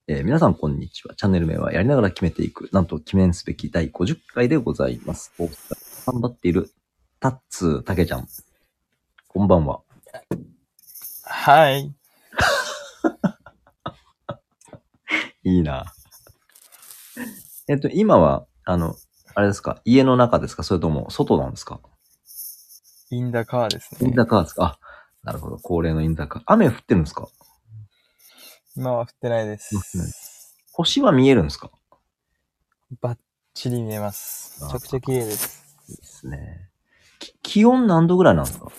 皆さんこんにちは。チャンネル名はやりながら決めていく。なんと記念すべき第50回でございます。頑張っているタッツーたけちゃん。こんばんは。 はい。 いいな。今は、あれですか、家の中ですか、それとも外なんですか？ インダカーですインね。 ダカーですか？あ、なるほど。恒例のインダカー。雨降ってるんですか？ 今は降ってないです。 星は見えるんですか？ バッチリ見えます。めちゃくちゃ綺麗です。 いいですね。気温何度ぐらいなんですか？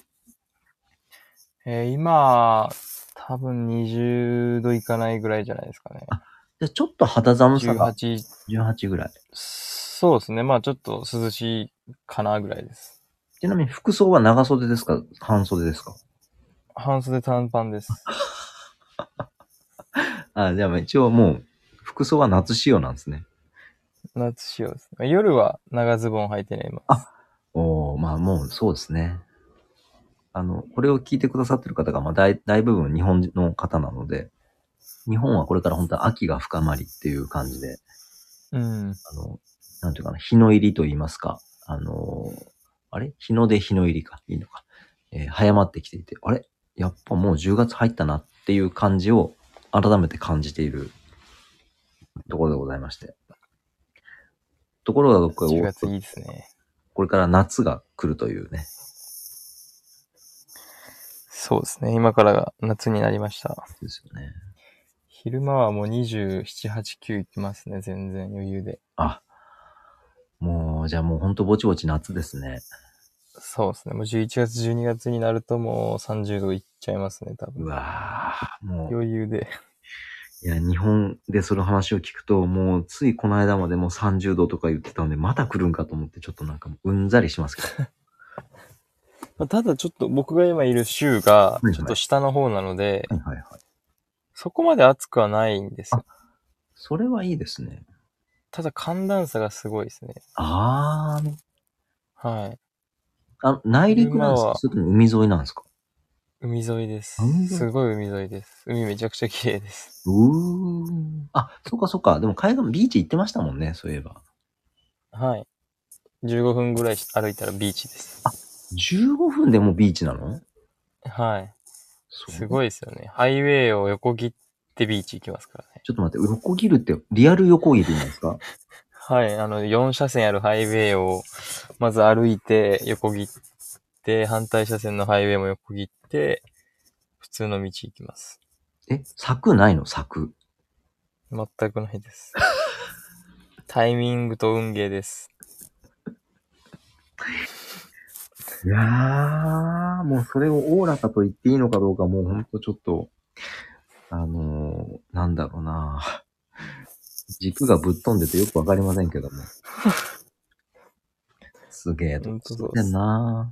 今、多分20度いかないぐらいじゃないですかね。 じゃあちょっと肌寒さが 18、 18ぐらい。 そうですね。まあちょっと涼しいかなぐらいです。 ちなみに服装は長袖ですか？半袖ですか？ 半袖短パンです。 あ、じゃあ一応もう服装は夏仕様なんですね。 夏仕様ですね。夜は長ズボン履いて寝まあ、 す。 まあもうそうですね。これを聞いてくださってる方が、まあ大部分日本の方なので、日本はこれから本当は秋が深まりっていう感じで、 うん。 なんていうかな、日の入りと言いますか、あれ日の出日の入りか、いいのか。早まってきていて、あれやっぱもう10月入ったなっていう感じを改めて感じているところでございまして。ところが僕 10 は月いいですね。 これから夏が来るというね。 そうですね。今からが夏になりました。 ですよね。 昼間はもう27、8、9行きますね。全然余裕で。 あ、もう、じゃあもうほんとぼちぼち夏ですね。 そうですね。もう11月、12月になるともう30度いっちゃいますね、多う分。 わぁ、も余裕で。 う、いや、日本でその話を聞くと、もうついこの間までもう30度とか言ってたんで、また来るんかと思って、ちょっとなんかうんざりしますけど。 ただちょっと僕が今いる州がちょっとはいはい。 下の方なので、 はいはいはい。 そこまで暑くはないんですあ、 よ。 それはいいですね。 ただ寒暖差がすごいですね。 あー、 はい。 内昼陸なんですか？ 間はそれとも海沿いなんですか？ 海沿いで海沿す。すい。 ごい海沿いです。海めちゃくちゃ綺麗です。 あ、そっかそっか。でも海岸ビーチ行ってましたもんね、そういえば。 はい。15分ぐらい歩いたらビーチです。 15分でもうビーチなの？ はい。すそう。 ごいですよね。ハイウェイを横切ってビーチ行きますからね。 ちょっと待って、横切るってリアル横切りなんですか？ はい。4車線あるハイウェイを、まず歩いて、横切って、反対車線のハイウェイも横切って、普通の道行きます。 柵ないの？柵。 全くないです。タイミングと運ゲーです。 いやー、もうそれをおおらかと言っていいのかどうか、もうほんとちょっと、なんだろうな。軸がぶっ飛んでてよくわかりませんけども。すげえとほんこ住んでんとそうです。 な。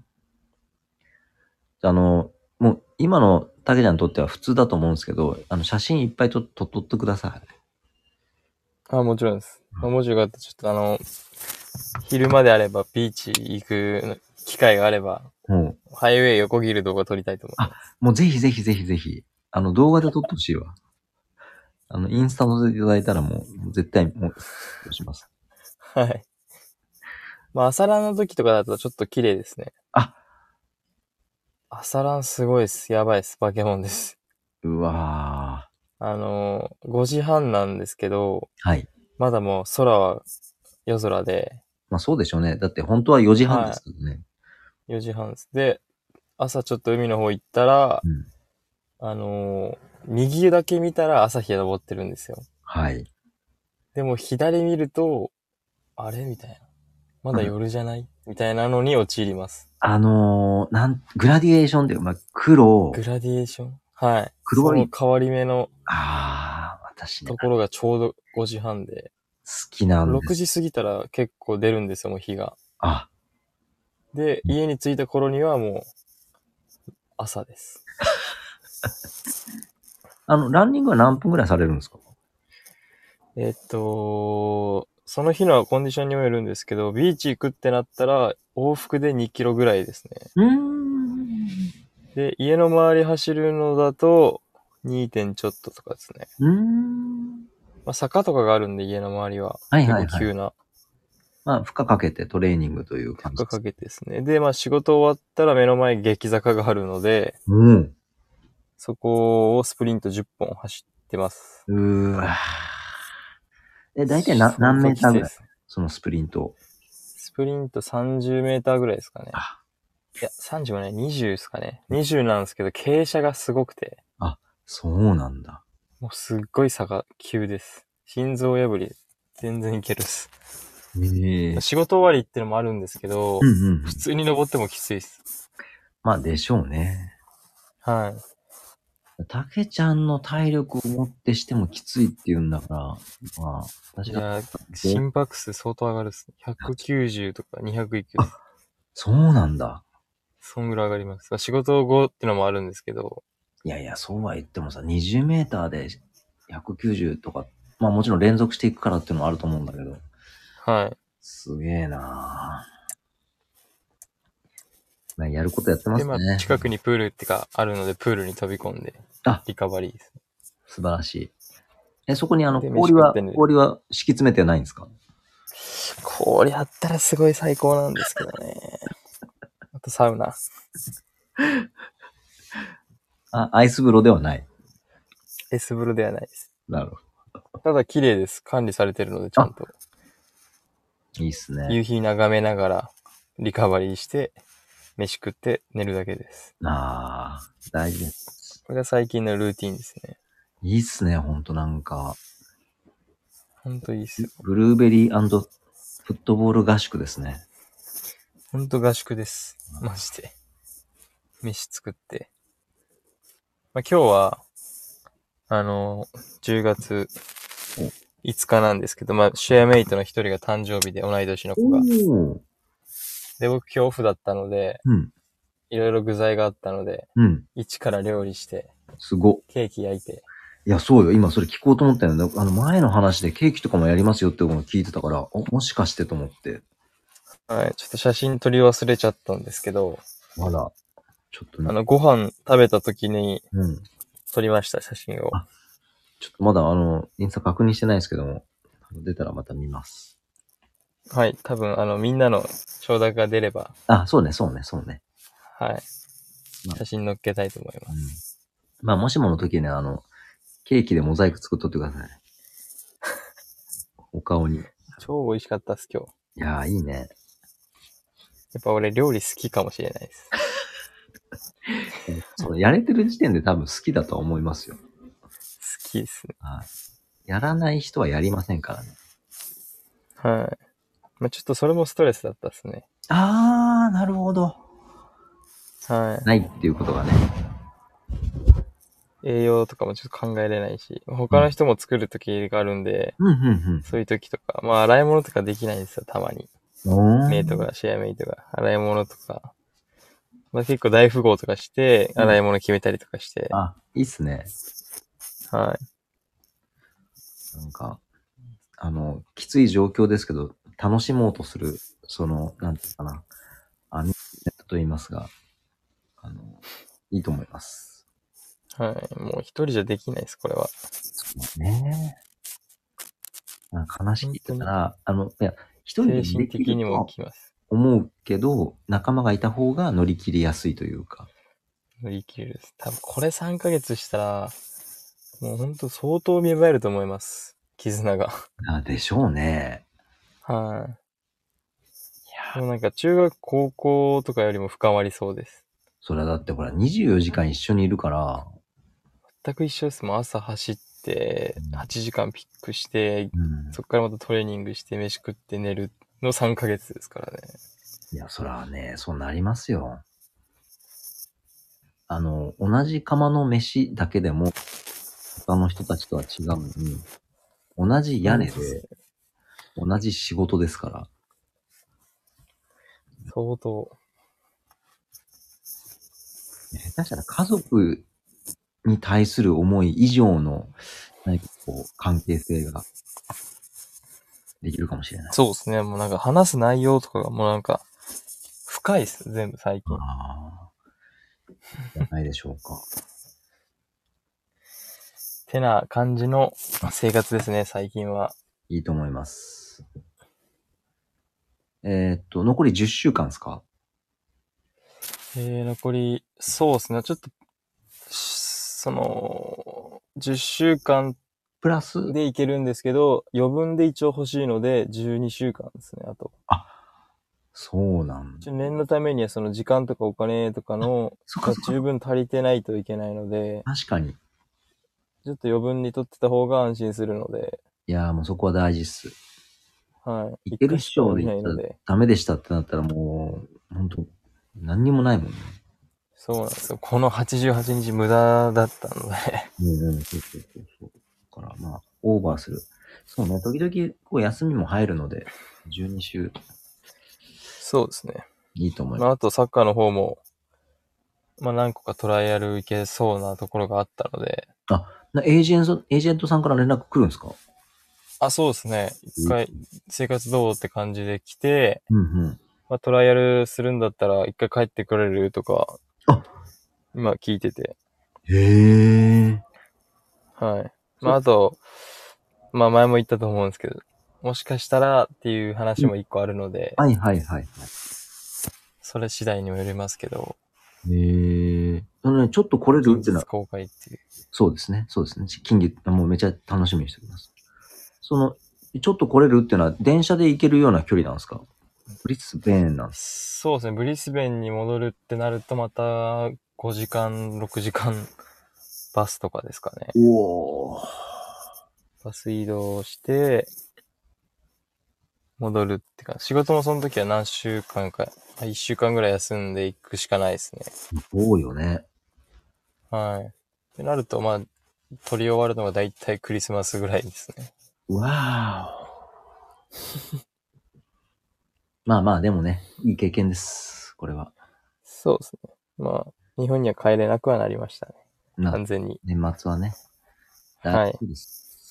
もう今のたけちゃんにとっては普通だと思うんですけど、写真いっぱい撮ってください。 あ、もちろんです。もしよかったらちょっと昼間であればビーチ行く機会があれば、 もう、 ハイウェイ横切る動画撮りたいと思います。 もうぜひぜひぜひぜひ、動画で撮ってほしいわ。インスタ載せていただいたらもう、絶対もう、します。 はい。まあ、朝ランの時とかだとちょっと綺麗ですね。 あ、 朝ランすごいです。やばいです。バケモンです。 うわ 5時半なんですけど、 ー。はい。 まだもう空は夜空で、 まあそうでしょうね。だって本当は4時半ですはけどね。 い、4時半です。で、朝ちょっと海の方行ったら、 うん。 あのー右だけ見たら朝日が昇ってるんですよ。 はい。 でも左見ると、あれみたいな。まだ夜じゃないみたいなのに陥ります。 グラディエーションで、まあ、黒、 グラディエーションはい。そ黒い、 の変わり目の私ね、 ところがちょうど5時半で、 好きなんで 6時す。 過ぎたら結構出るんですよ、もう日が。 あ、 で、家に着いた頃にはもう朝です。 ランニングは何分ぐらいされるんですか？ その日のコンディションにもよるんですけど、ビーチ行くってなったら往復で2キロぐらいですね。 うーん。 で、家の周り走るのだと 2. 点ちょっととかですね。 うーん。 まあ、坂とかがあるんで、家の周りは。 はいはいはい結構急な。 まあ、負荷かけてトレーニングという感じです。 負荷かけてですね。で、まあ仕事終わったら目の前に激坂があるので、 うん。 そこをスプリント10本走ってます。 うーわ。大体何相当メーターぐらいきついですね。 そのスプリント。 スプリント30メーターぐらいですかね。 あ、 いや、30もない、20ですかね。20なんですけど、傾斜がすごくて、 そうなんだ。 もうすっごい差が急です。心臓破り、全然いけるっす。 ええ。 仕事終わりってのもあるんですけど、 うんうんうん。 普通に登ってもきついです。 まあ、でしょうね。 はい。 たけちゃんの体力をもってしてもきついって言うんだから、まあ、私が、 いや、 どう心拍数相当上がるっすね。190とか200いくっす。 そうなんだ。 そんぐらい上がります。仕事後ってのもあるんですけど、 いやいや、そうは言ってもさ、20メーターで190とか、まあもちろん連続していくからっていうのもあると思うんだけど、 はい。 すげえなぁ。まあ、やることやってまで、まあ、 すね。 近くにプールってか、あるので、プールに飛び込んで、 あ、 リカバリーです。 素晴らしい。そこにで、飯食って寝る。 氷は敷き詰めてないんですか？ 氷あったらすごい最高なんですけどね。あとサウナ。 アイス風呂ではない。 エスブルではないです。 なるほただ綺麗です。管理されてるので、ちど。 ゃんと。 いいっすね。 夕日眺めながら、リカバリーして、飯食って寝るだけです。 大事です。 これが最近のルーティンですね。 いいっすね、ほんとなんか。 ほんといいっすよ。 ブルーベリーフットボール合宿ですね。 ほんと合宿です。マジで。飯作って。まあ、今日は、10月5日なんですけど、まあ、シェアメイトの一人が誕生日で、同い年の子が。 おー。 で、僕今日オフだったので、 うん。 いろいろ具材があったので、 うん。 一から料理して、 すご。 ケーキ焼いて、 いや、そうよ。今それ聞こうと思ったよね。前の話でケーキとかもやりますよってことを聞いてたから、もしかしてと思って。 はい、ちょっと写真撮り忘れちゃったんですけど、 あら、ちょっとね。 ご飯食べた時にうん。 撮りました、写真を。 あ、ちょっとまだインスタ確認してないですけども、出たらまた見ます。 はい、多分、みんなの承諾が出れば、 そうね、そうね、そうね。 はい、 まあ写真載っけたいと思いまうん。 す。 まあ、もしもの時にケーキでモザイク作っとってください。お顔に。い超美味しかったっす、今日。 やー、いいね。 やっぱ俺料理好きかもしれないです。 そう、やれてる時点で多分好きだとは思いますよ。 好きですね。 はい。やらない人はやりませんからね。 はい。まあ、ちょっとそれもストレスだったっすね。 なるほど。 はないっていうことがね。 い。栄養とかもちょっと考えれないし、 うん。 他の人も作る時があるんで、 うん、 そういう時とか、まあ洗い物とかできないんですよ、たまに。 うん。 メイトが、シェアメイトが、洗い物とか。まあ結構大富豪とかして、 うん。 洗い物決めたりとかして、 いいっすね。 はい。 なんか、きつい状況ですけど、楽しもうとする、なんていうかな、ネットと言いますが、あの、いいと思います。 はい。もう一人じゃできないです、これは。 そうね。なんか悲しい本当に、 から、いや、一人精でもでき神的にるとはもきます。 思うけど、仲間がいた方が乗り切りやすいというか。 乗り切れるです。多分これ3ヶ月したら、もうほんと相当芽生えると思います。絆が。 でしょうね。 はい。 いや、 もうなんか中学、高校とかよりも深まりそうです。 それはだってほら、24時間一緒にいるから、 全く一緒です。もう朝走って、 うん 8時間ピックして、 うん。 そっからまたトレーニングして、飯食って寝るの3ヶ月ですからね。 いや、そらね、そうなりますよ。同じ釜の飯だけでも、他の人たちとは違うのに、同じ屋根で、 ほんとっすね。 同じ仕事ですから、 相当。 下手したら家族に対する思い以上の、何かこう、関係性ができるかもしれない。 そうですね。もうなんか話す内容とかがもうなんか、深いっす。全部最近。っああ、じゃないでしょうか。 てな感じの生活ですね、最近は。 いいと思います。残り10週間ですか？ 残り、そうですね、ちょっと、10週間プラス、 でいけるんですけど、余分で一応欲しいので、12週間ですね、あと。 あ、そうなんだ。 念のためにはその時間とかお金とかのがそっかそっか。 十分足りてないといけないので、 確かに。 ちょっと余分に取ってた方が安心するので、 いやーもうそこは大事っす。 はい。 い一けるっしょ回しか降りで言ったらないので、 ダメでしたってなったらもう、ほんと、何にもないもんね。 そうなんですよ。この88日無駄だったので、 うんうん、そうそうそうそう。だからまあ、オーバーする。そうね、時々こう休みも入るので、12週そうですね。 いいと思いまあ、あます。 とサッカーの方も、まあ何個かトライアルいけそうなところがあったので、 あ、エージェントさんから連絡来るんですか？ あ、そうですね。一回生活どうって感じで来て、 うんうん。 まあトライアルするんだったら一回帰ってくれるとか、 あ、 今聞いてて、 へえ。 はい。まあそ、 あと、まあ前も言ったと思うんですけど、もしかしたらっていう話うん、 も一個あるので、 はいはいはいはそれ次第にもよりますけど、 い。へえ。ちょっと来れる近ってのは、 日公開っていう。 そうですね。そうですね。近日、もうめちゃ楽しみにしております。ちょっと来れるっていうのは、電車で行けるような距離なんですか？ブリスベーンなんですか？ そうですね。ブリスベンに戻るってなるとまた5時間、6時間バスとかですかね。 おー。 バス移動して、戻るってか、仕事もその時は何週間か、1週間ぐらい休んでいくしかないですね。 そうよね。 はい。ってなると、まあ、撮り終わるのがだいたいクリスマスぐらいですね。 わーお。まあまあ、でもね、いい経験です。これは。 そうですね。まあ、日本には帰れなくはなりましたね。 まあ、 完全に。 年末はね、大丈はい。 夫です。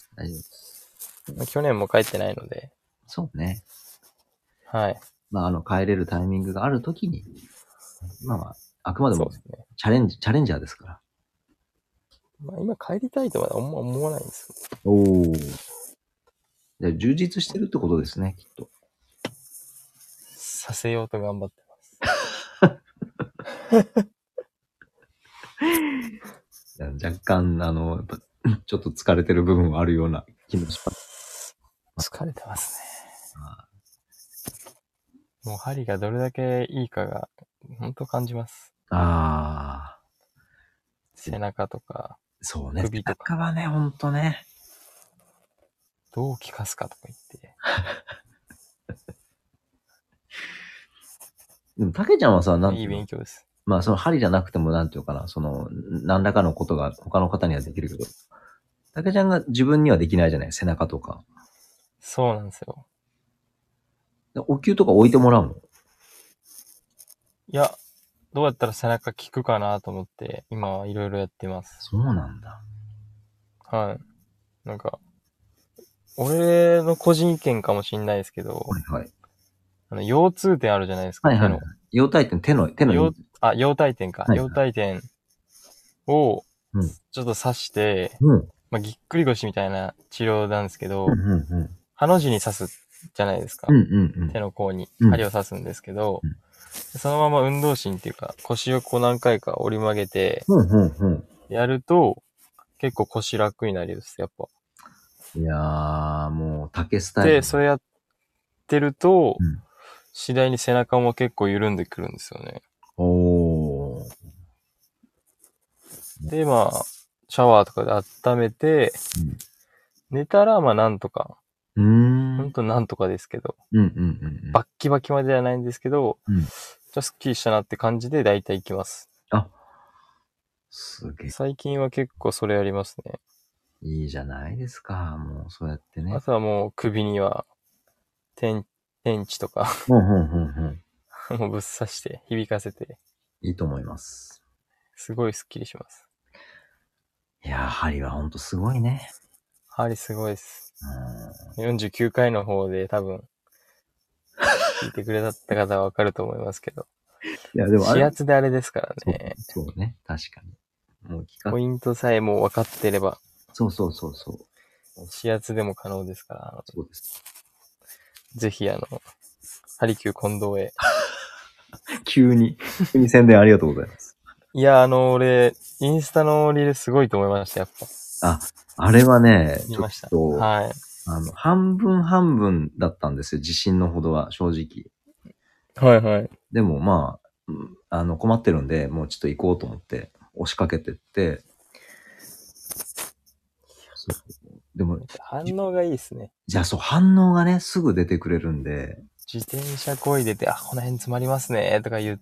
大丈夫です。 まあ去年も帰ってないので、 そうね。 はい。 まあ、帰れるタイミングがあるときに、まあまあ、あくまでもそうですね。 チャレンジャーですから。 まあ今帰りたいとは思わないんですよ。 おー。で充実してるってことですね、きっと。 させようと頑張ってます。 いや若干、やっぱ、ちょっと疲れてる部分はあるような気もします。 疲れてますあね。もう針がどれだけいいかが、本当感じます。 あ背中とか、 そうね。背首とか、 中はね、ほんとね。 どう効かすかとか言って。 でも、たけちゃんはさ、なんいいていうの？ 勉強です。 まあ、その針じゃなくても、なんていうかな、何らかのことが他の方にはできるけど、たけちゃんが自分にはできないじゃない？背中とか。 そうなんですよ。 でお灸とか置いてもらうの？ いや、どうやったら背中効くかなと思って、今はいろいろやってます。 そうなんだ。 はい。なんか、俺の個人意見かもしんないですけど、 はいはい。 腰痛点あるじゃないですか、 はいはいはい。 手の。 腰体って手の意味。 腰体点か。 はいはい。 腰体点を、 うん。 ちょっと刺して、 うん。 まあ、ぎっくり腰みたいな治療なんですけど、 うんうんうん。 ハの字に刺すじゃないですか。 うんうん手の甲にうん。うん。 針を刺すんですけど、 うんそのまま運動神っていうか、腰をこう何回か折り曲げて、 うんうんやると、結構腰楽になるです、やっぱ。 いやー、もう、竹スタイで、 ル。 それやってると、 うん。 次第に背中も結構緩んでくるんですよね。 おー。 で、まあ、シャワーとかで温めて、寝たらまあなんとか、 うん。 ほんとなんとかですけど、 うんうんバッキバキまではないんですけど、 うん。うん。 じゃあスッキリしたなって感じで大体行きます。 あ、すげえ。 最近は結構それやりますね。 いいじゃないですか。もう、そうやってね。 あとはもう首には、天地とかうんうんうん。 もうぶっ刺して響かせて、 いいと思います。 すごいスッキリします。 いやー、針はほんとすごいね。 針すごいです。 う 49回の方で多分、聞いてくれた方はわかると思いますけど、 ん。いや、でもあれ、 指圧であれですからそう、 ね。 そうね。確かに。もう聞か、 ポイントさえもう分かってれば、 そうそうそうそう。 指圧でも可能ですから、 そうです。 ぜひハリキュー近藤へ。 急に宣伝ありがとうございます。 いや、俺、インスタのリールすごいと思いました、やっぱ。 あ、あれはね、ちょっ見ました。 と、 はい。 半分半分だったんですよ、自信のほどは、正直。 はいはい。 でもまあ、困ってるんで、もうちょっと行こうと思って、押しかけてって、でも、 反応がいいですね。 じゃあそう、反応がね、すぐ出てくれるんで、 自転車漕いでて、この辺詰まりますね、とか言って、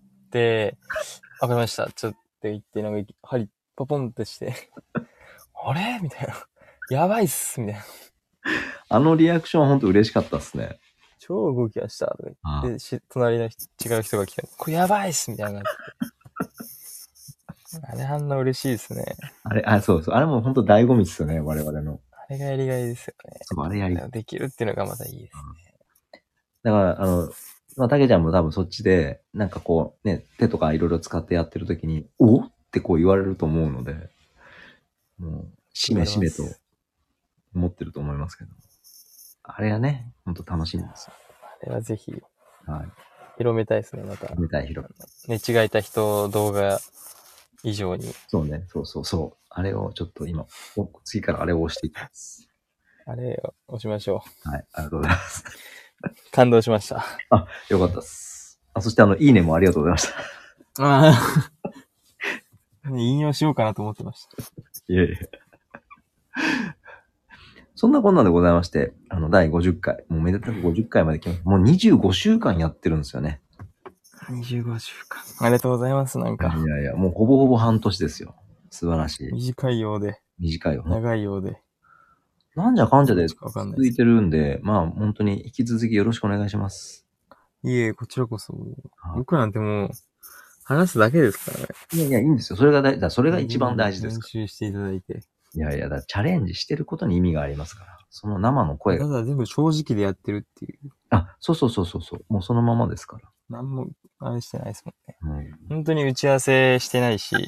わかりました。ちょっと言って、針、ポポンってして、あれみたいな。やばいっすみたいな。 あのリアクションは本当嬉しかったっすね。 超動きました。とかあ言って、隣の違う人が来て、これやばいっすみたいな感じで。あれ反応嬉しいですね。 そうそう。あれも本当醍醐味ですよね、我々の。 あれがやりがいですよそう、あれやり。 ね。できるっていうのがまたいいですね。 だから、たけちゃんも多分そっちで、なんかこう、ね、手とかいろいろ使ってやってる時に、おってこう言われると思うので、もう、しめしめと思ってると思いますけど。あれはね、ほんと楽しいんですよ。 あれはぜひ、 はい。 広めたいですね、また。 めたい広寝違えた人動画以上に。 そうね、そうそうそう。あれをちょっと今、次からあれを押していきます。 あれを押しましょはい、ありがとうございます。 う。感動しました。 あ、よかったです。そしていいねもありがとうございました。 ああ。引用しようかなと思ってました。 いえいえ。そんなこんなでございまして、第50回、もうめでたく50回まで来ました。もう25週間やってるんですよね。 25週間。ありがとうございます、なんか。 いやいや、もうほぼほぼ半年ですよ。素晴らしい。 短いようで。 短いよ。 長いようで。 なんじゃかんじゃでわかんない続いてるんで、まあ本当に引き続きよろしくお願いします。 いえ、こちらこそ。僕なんてもう、話すだけですからね。 いやいや、いいんですよ。それがそれが一番大事です練か習していただいて。 ら。いやいや、チャレンジしてることに意味がありますから。その生の声が。 ただ全部正直でやってるっていう。 そうそうそうそうそう。もうそのままですから。 なんも、あれしてないですもんね。 うん、 本当に打ち合わせしてないし。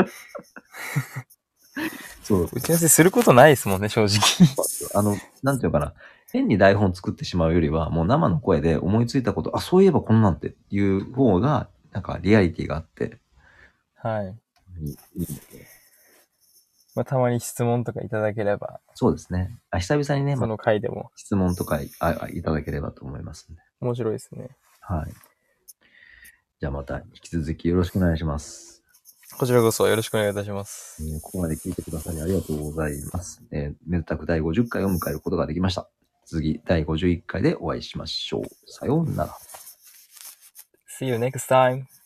そう。 打ち合わせすることないですもんね、正直。 なんていうのかな。変に台本作ってしまうよりは、もう生の声で思いついたこと、そういえばこんなんていう方が、なんかリアリティがあって、 はい。 いいので。 まあ、たまに質問とかいただければ。 そうですね。久々にね、 その回でも。 質問とかいただければと思いますんで。 面白いですね。 はい。じゃあまた引き続きよろしくお願いします。 こちらこそよろしくお願いいたします。 ここまで聞いてくださりありがとうございます。めでたく第50回を迎えることができました。次、第51回でお会いしましょう。さようなら。 See you next time!